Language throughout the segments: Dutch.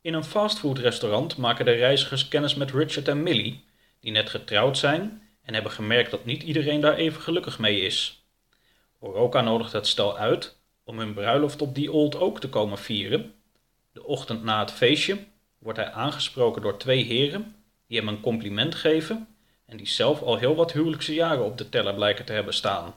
In een fastfoodrestaurant maken de reizigers kennis met Richard en Millie, die net getrouwd zijn en hebben gemerkt dat niet iedereen daar even gelukkig mee is. Oroka nodigt het stel uit om hun bruiloft op The Old Oak te komen vieren. De ochtend na het feestje wordt hij aangesproken door 2 heren die hem een compliment geven en die zelf al heel wat huwelijkse jaren op de teller blijken te hebben staan.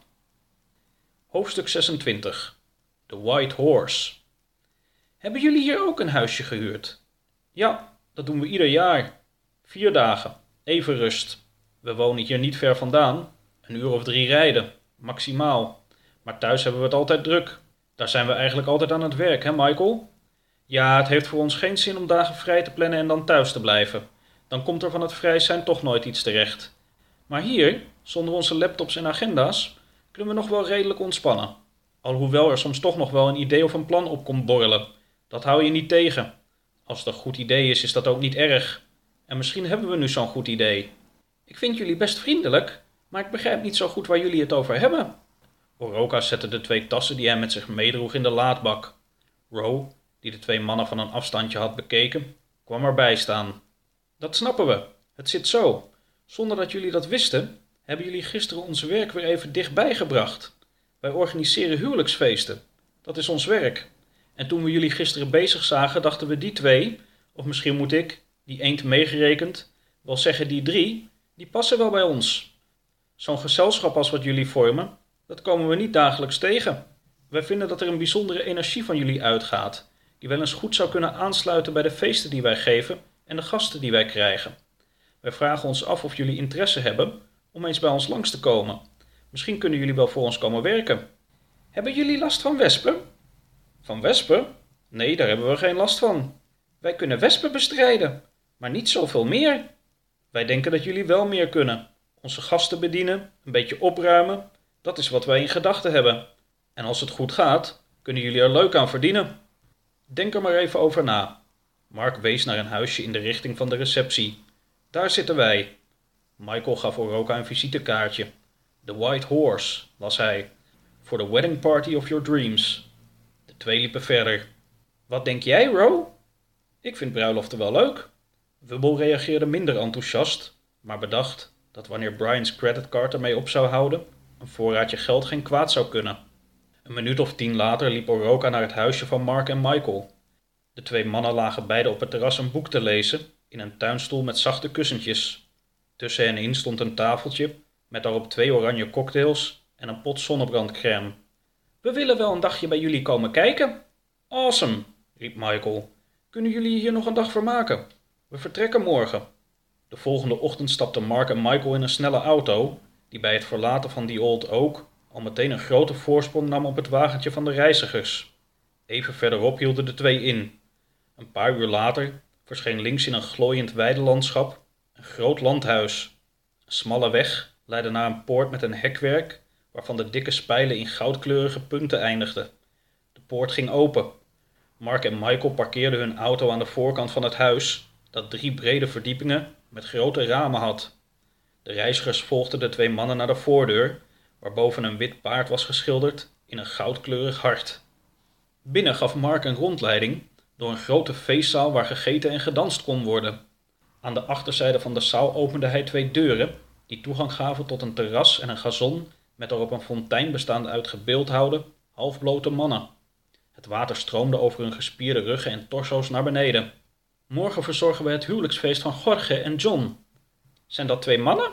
Hoofdstuk 26. The White Horse. Hebben jullie hier ook een huisje gehuurd? Ja, dat doen we ieder jaar. 4 dagen, even rust. We wonen hier niet ver vandaan, 1 uur of 3 rijden, maximaal. Maar thuis hebben we het altijd druk. Daar zijn we eigenlijk altijd aan het werk, hè Michael? Ja, het heeft voor ons geen zin om dagen vrij te plannen en dan thuis te blijven. Dan komt er van het vrij zijn toch nooit iets terecht. Maar hier, zonder onze laptops en agenda's, kunnen we nog wel redelijk ontspannen. Alhoewel er soms toch nog wel een idee of een plan op komt borrelen. Dat hou je niet tegen. Als het een goed idee is, is dat ook niet erg. En misschien hebben we nu zo'n goed idee. Ik vind jullie best vriendelijk, maar ik begrijp niet zo goed waar jullie het over hebben. Oroka zette de 2 tassen die hij met zich meedroeg in de laadbak. Ro, die de 2 mannen van een afstandje had bekeken, kwam erbij staan. Dat snappen we. Het zit zo. Zonder dat jullie dat wisten, hebben jullie gisteren ons werk weer even dichtbij gebracht. Wij organiseren huwelijksfeesten. Dat is ons werk. En toen we jullie gisteren bezig zagen, dachten we die 2, of misschien moet ik, die eend meegerekend, wel zeggen die 3, die passen wel bij ons. Zo'n gezelschap als wat jullie vormen, dat komen we niet dagelijks tegen. Wij vinden dat er een bijzondere energie van jullie uitgaat, die wel eens goed zou kunnen aansluiten bij de feesten die wij geven en de gasten die wij krijgen. Wij vragen ons af of jullie interesse hebben om eens bij ons langs te komen. Misschien kunnen jullie wel voor ons komen werken. Hebben jullie last van wespen? Van wespen? Nee, daar hebben we geen last van. Wij kunnen wespen bestrijden, maar niet zoveel meer. Wij denken dat jullie wel meer kunnen. Onze gasten bedienen, een beetje opruimen, dat is wat wij in gedachten hebben. En als het goed gaat, kunnen jullie er leuk aan verdienen. Denk er maar even over na. Mark wees naar een huisje in de richting van de receptie. Daar zitten wij. Michael gaf Oroka een visitekaartje. The White Horse, las hij. For the wedding party of your dreams. De 2 liepen verder. Wat denk jij, Ro? Ik vind bruiloften wel leuk. Wubble reageerde minder enthousiast, maar bedacht dat wanneer Brian's creditcard ermee op zou houden, een voorraadje geld geen kwaad zou kunnen. Een minuut of 10 later liep Oroka naar het huisje van Mark en Michael. De 2 mannen lagen beide op het terras een boek te lezen, in een tuinstoel met zachte kussentjes. Tussen hen in stond een tafeltje, met daarop 2 oranje cocktails en een pot zonnebrandcrème. We willen wel een dagje bij jullie komen kijken. Awesome, riep Michael. Kunnen jullie hier nog een dag vermaken? We vertrekken morgen. De volgende ochtend stapten Mark en Michael in een snelle auto, die bij het verlaten van The Old Oak al meteen een grote voorsprong nam op het wagentje van de reizigers. Even verderop hielden de 2 in. Een paar uur later verscheen links in een glooiend weidelandschap een groot landhuis. Een smalle weg leidde naar een poort met een hekwerk, waarvan de dikke spijlen in goudkleurige punten eindigden. De poort ging open. Mark en Michael parkeerden hun auto aan de voorkant van het huis, dat 3 brede verdiepingen met grote ramen had. De reizigers volgden de 2 mannen naar de voordeur, waarboven een wit paard was geschilderd in een goudkleurig hart. Binnen gaf Mark een rondleiding door een grote feestzaal waar gegeten en gedanst kon worden. Aan de achterzijde van de zaal opende hij 2 deuren, die toegang gaven tot een terras en een gazon met daarop een fontein bestaande uit gebeeldhouwde, halfblote mannen. Het water stroomde over hun gespierde ruggen en torso's naar beneden. Morgen verzorgen we het huwelijksfeest van Jorge en John. Zijn dat 2 mannen?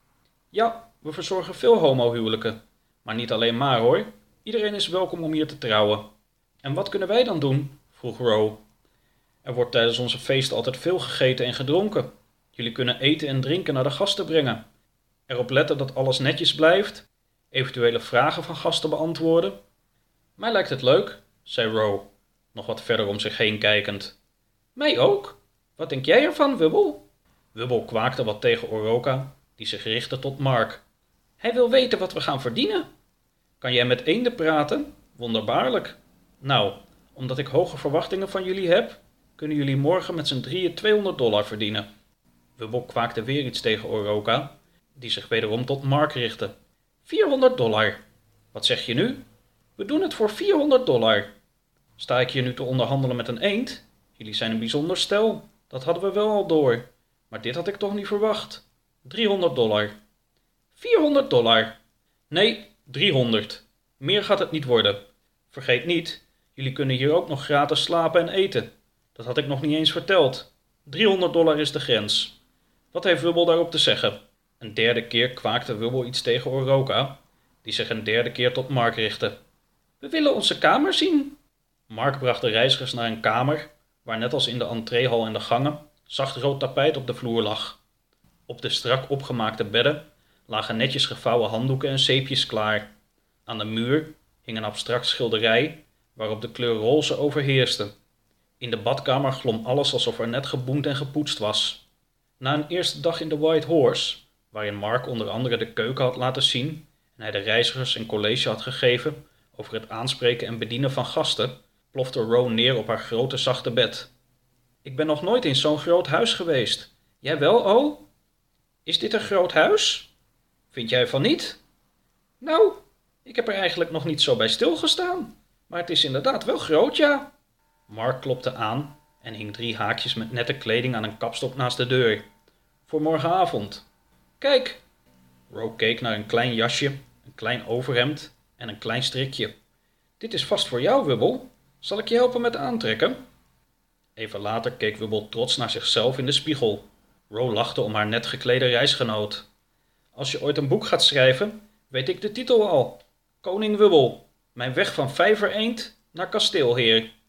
Ja, we verzorgen veel homohuwelijken. Maar niet alleen maar hoor. Iedereen is welkom om hier te trouwen. En wat kunnen wij dan doen? Vroeg Ro. Er wordt tijdens onze feesten altijd veel gegeten en gedronken. Jullie kunnen eten en drinken naar de gasten brengen. Erop letten dat alles netjes blijft. Eventuele vragen van gasten beantwoorden. Mij lijkt het leuk, zei Ro, nog wat verder om zich heen kijkend. Mij ook. Wat denk jij ervan, Wubble? Wubble kwaakte wat tegen Oroka, die zich richtte tot Mark. Hij wil weten wat we gaan verdienen. Kan jij met eenden praten? Wonderbaarlijk. Nou, omdat ik hoge verwachtingen van jullie heb, kunnen jullie morgen met z'n drieën $200 verdienen. Wubble kwaakte weer iets tegen Oroka, die zich wederom tot Mark richtte. $400. Wat zeg je nu? We doen het voor $400. Sta ik hier nu te onderhandelen met een eend? Jullie zijn een bijzonder stel, dat hadden we wel al door. Maar dit had ik toch niet verwacht. $300. $400. Nee, 300. Meer gaat het niet worden. Vergeet niet, jullie kunnen hier ook nog gratis slapen en eten. Dat had ik nog niet eens verteld. $300 is de grens. Wat heeft Wubbel daarop te zeggen? Een derde keer kwaakte Wubbel iets tegen Oroka, die zich een derde keer tot Mark richtte. We willen onze kamer zien. Mark bracht de reizigers naar een kamer, waar net als in de entreehal en de gangen, zacht rood tapijt op de vloer lag. Op de strak opgemaakte bedden lagen netjes gevouwen handdoeken en zeepjes klaar. Aan de muur hing een abstract schilderij, waarop de kleur roze overheerste. In de badkamer glom alles alsof er net geboend en gepoetst was. Na een eerste dag in de White Horse, waarin Mark onder andere de keuken had laten zien en hij de reizigers een college had gegeven over het aanspreken en bedienen van gasten, plofte Ro neer op haar grote zachte bed. Ik ben nog nooit in zo'n groot huis geweest. Jij wel, O? Is dit een groot huis? Vind jij van niet? Nou, ik heb er eigenlijk nog niet zo bij stilgestaan, maar het is inderdaad wel groot, ja. Mark klopte aan en hing 3 haakjes met nette kleding aan een kapstok naast de deur. Voor morgenavond. Kijk. Ro keek naar een klein jasje, een klein overhemd en een klein strikje. Dit is vast voor jou, Wubbel. Zal ik je helpen met aantrekken? Even later keek Wubbel trots naar zichzelf in de spiegel. Ro lachte om haar net geklede reisgenoot. Als je ooit een boek gaat schrijven, weet ik de titel al. Koning Wubbel, mijn weg van vijvereend naar kasteelheer.